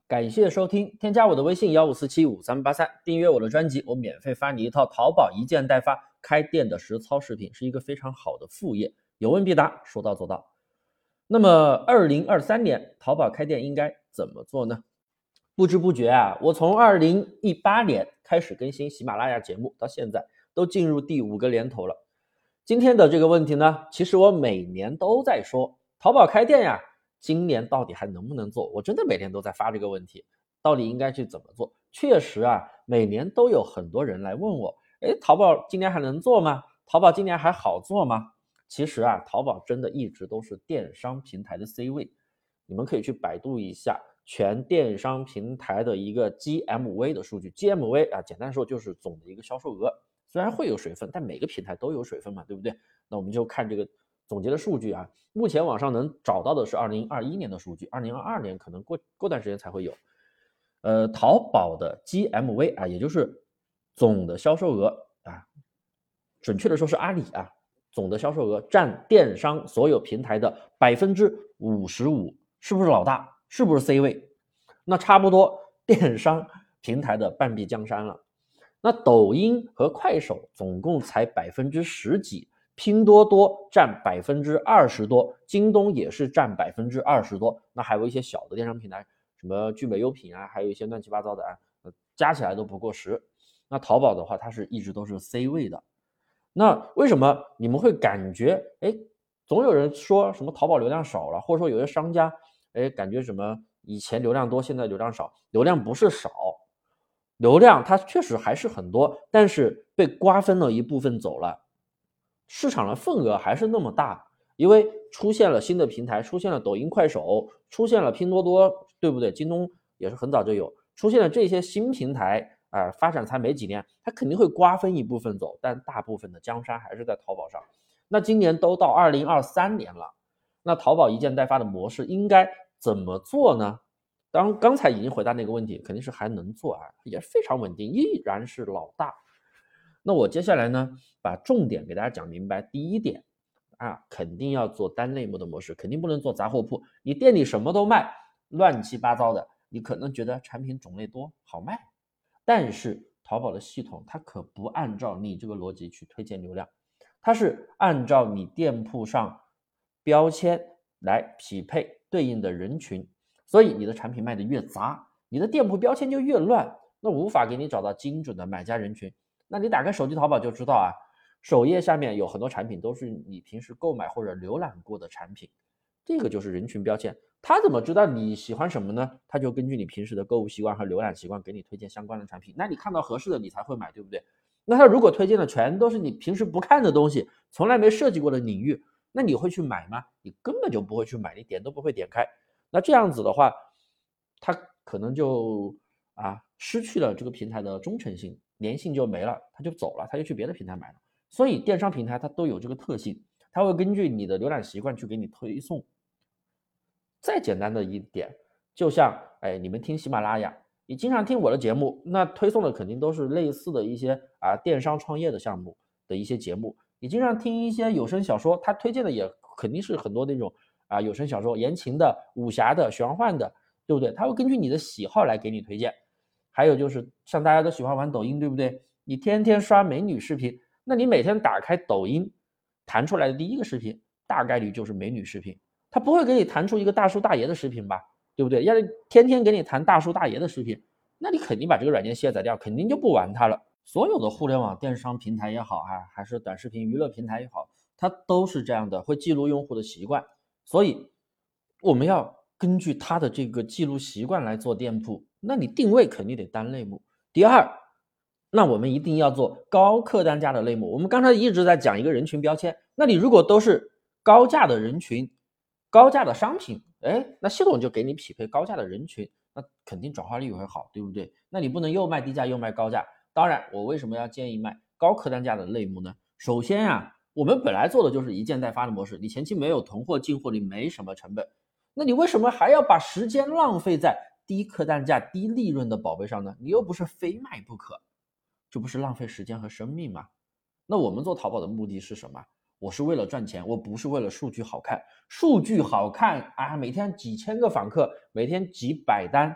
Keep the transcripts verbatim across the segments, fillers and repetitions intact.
感谢收听，添加我的微信一五四七五三八三，订阅我的专辑，我免费发你一套淘宝一件代发开店的实操视频，是一个非常好的副业，有问必答，说到做到。那么二零二三年淘宝开店应该怎么做呢？不知不觉啊，我从二零一八年开始更新喜马拉雅节目，到现在都进入第五个年头了。今天的这个问题呢，其实我每年都在说，淘宝开店呀，今年到底还能不能做？我真的每天都在发这个问题，到底应该去怎么做？确实啊，每年都有很多人来问我，诶，淘宝今年还能做吗？淘宝今年还好做吗？其实啊，淘宝真的一直都是电商平台的 C 位，你们可以去百度一下全电商平台的一个 G M V 的数据。G M V 啊，简单说就是总的一个销售额，虽然会有水分，但每个平台都有水分嘛，对不对？那我们就看这个总结的数据啊，目前网上能找到的是二零二一年的数据，二零二二年可能过过段时间才会有。呃，淘宝的 G M V 啊，也就是总的销售额啊，准确的说是阿里啊，总的销售额占电商所有平台的百分之五十五，是不是老大？是不是 C 位？那差不多电商平台的半壁江山了。那抖音和快手总共才百分之十几，拼多多占百分之二十多，京东也是占百分之二十多，那还有一些小的电商平台，什么聚美优品啊，还有一些乱七八糟的啊，加起来都不过十。那淘宝的话，它是一直都是 C 位的。那为什么你们会感觉，哎，总有人说什么淘宝流量少了，或者说有些商家，哎，感觉什么以前流量多，现在流量少？流量不是少，流量它确实还是很多，但是被瓜分了一部分走了，市场的份额还是那么大，因为出现了新的平台，出现了抖音、快手，出现了拼多多，对不对？京东也是很早就有，出现了这些新平台啊、呃，发展才没几年，它肯定会瓜分一部分走，但大部分的江山还是在淘宝上。那今年都到二零二三年了，那淘宝一件代发的模式应该怎么做呢？当刚才已经回答那个问题，肯定是还能做啊，也非常稳定，依然是老大。那我接下来呢，把重点给大家讲明白。第一点啊，肯定要做单类目的模式，肯定不能做杂货铺。你店里什么都卖，乱七八糟的，你可能觉得产品种类多好卖，但是淘宝的系统它可不按照你这个逻辑去推荐流量，它是按照你店铺上标签来匹配对应的人群。所以你的产品卖的越杂，你的店铺标签就越乱，那无法给你找到精准的买家人群。那你打开手机淘宝就知道啊，首页下面有很多产品都是你平时购买或者浏览过的产品，这个就是人群标签。他怎么知道你喜欢什么呢？他就根据你平时的购物习惯和浏览习惯给你推荐相关的产品，那你看到合适的你才会买，对不对？那他如果推荐的全都是你平时不看的东西，从来没涉及过的领域，那你会去买吗？你根本就不会去买，你点都不会点开。那这样子的话，它可能就啊失去了这个平台的忠诚性，粘性就没了，它就走了，它就去别的平台买了。所以电商平台它都有这个特性，它会根据你的浏览习惯去给你推送。再简单的一点，就像哎你们听喜马拉雅，你经常听我的节目，那推送的肯定都是类似的一些啊电商创业的项目的一些节目。你经常听一些有声小说，它推荐的也肯定是很多那种啊有声小说，言情的、武侠的、玄幻的，对不对？它会根据你的喜好来给你推荐。还有就是像大家都喜欢玩抖音，对不对？你天天刷美女视频，那你每天打开抖音弹出来的第一个视频大概率就是美女视频，它不会给你弹出一个大叔大爷的视频吧，对不对？要是天天给你弹大叔大爷的视频，那你肯定把这个软件卸载掉，肯定就不玩它了。所有的互联网电商平台也好啊，还是短视频娱乐平台也好，它都是这样的，会记录用户的习惯，所以我们要根据它的这个记录习惯来做店铺。那你定位肯定得单类目。第二，那我们一定要做高客单价的类目。我们刚才一直在讲一个人群标签，那你如果都是高价的人群、高价的商品，哎，那系统就给你匹配高价的人群，那肯定转化率会好，对不对？那你不能又卖低价又卖高价。当然，我为什么要建议卖高客单价的类目呢？首先呀、啊，我们本来做的就是一件代发的模式，你前期没有囤货进货，你没什么成本，那你为什么还要把时间浪费在低客单价、低利润的宝贝上呢？你又不是非卖不可，这不是浪费时间和生命吗？那我们做淘宝的目的是什么？我是为了赚钱，我不是为了数据好看。数据好看啊，每天几千个访客，每天几百单，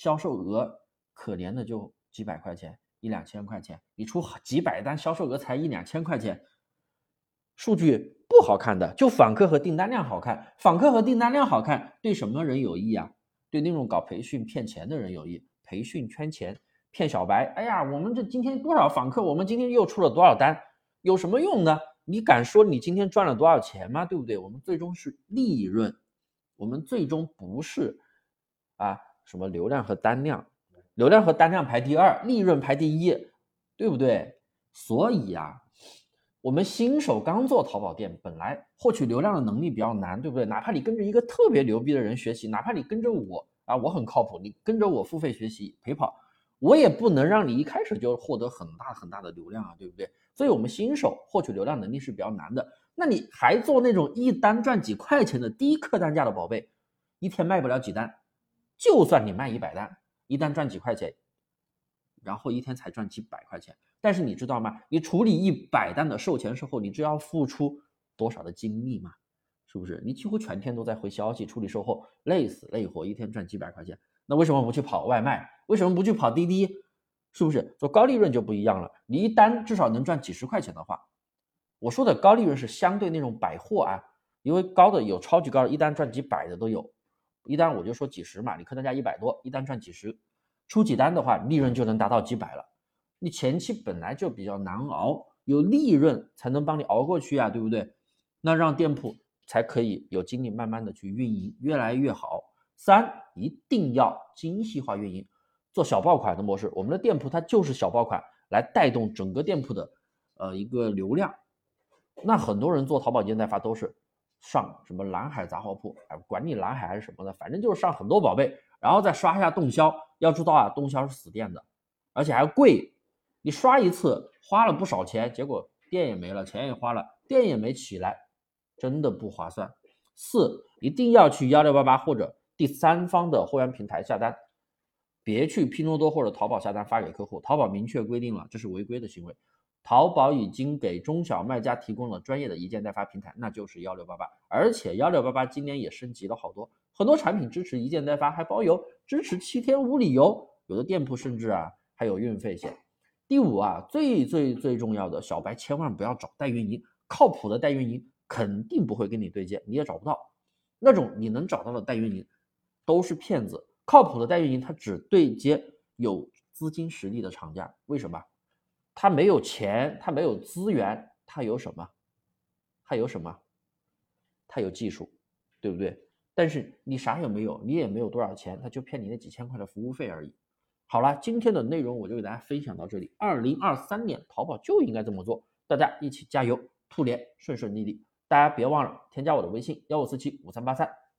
销售额可怜的就几百块钱，一两千块钱，你出几百单，销售额才一两千块钱，数据不好看的，就访客和订单量好看。访客和订单量好看，对什么人有益啊？对那种搞培训骗钱的人有益。培训圈钱，骗小白。哎呀，我们这今天多少访客，我们今天又出了多少单，有什么用呢？你敢说你今天赚了多少钱吗？对不对？我们最终是利润，我们最终不是啊什么流量和单量，流量和单量排第二，利润排第一，对不对？所以啊，我们新手刚做淘宝店，本来获取流量的能力比较难，对不对？哪怕你跟着一个特别牛逼的人学习，哪怕你跟着我啊，我很靠谱，你跟着我付费学习陪跑，我也不能让你一开始就获得很大很大的流量啊，对不对？所以我们新手获取流量能力是比较难的。那你还做那种一单赚几块钱的低客单价的宝贝，一天卖不了几单，就算你卖一百单，一单赚几块钱，然后一天才赚几百块钱。但是你知道吗？你处理一百单的售前售后，你知道付出多少的精力吗？是不是？你几乎全天都在回消息、处理售后，累死累活，一天赚几百块钱。那为什么不去跑外卖？为什么不去跑滴滴？是不是？做高利润就不一样了。你一单至少能赚几十块钱的话，我说的高利润是相对那种百货啊，因为高的有超级高的，一单赚几百的都有。一单我就说几十嘛，你客单价一百多，一单赚几十，出几单的话，利润就能达到几百了。你前期本来就比较难熬，有利润才能帮你熬过去啊，对不对？那让店铺才可以有精力慢慢的去运营，越来越好。三，一定要精细化运营，做小爆款的模式。我们的店铺它就是小爆款来带动整个店铺的呃一个流量。那很多人做淘宝一件代发都是上什么蓝海杂货铺，哎，管你蓝海还是什么的，反正就是上很多宝贝，然后再刷一下动销。要知道啊，动销是死店的，而且还贵。你刷一次花了不少钱，结果店也没了，钱也花了，店也没起来，真的不划算。四，一定要去一六八八或者第三方的货源平台下单，别去拼多多或者淘宝下单发给客户，淘宝明确规定了这是违规的行为。淘宝已经给中小卖家提供了专业的一件代发平台，那就是一六八八，而且一六八八今年也升级了好多，很多产品支持一件代发还包邮，支持七天无理由，有的店铺甚至啊还有运费险。第五啊，最最最重要的，小白千万不要找代运营，靠谱的代运营肯定不会跟你对接，你也找不到。那种你能找到的代运营都是骗子，靠谱的代运营他只对接有资金实力的厂家。为什么？他没有钱，他没有资源，他有什么？他有什么？他有技术，对不对？但是你啥也没有，你也没有多少钱，他就骗你那几千块的服务费而已。好了，今天的内容我就给大家分享到这里。二零二三年淘宝就应该这么做，大家一起加油，兔年顺顺利利。大家别忘了添加我的微信幺五四七五三八三，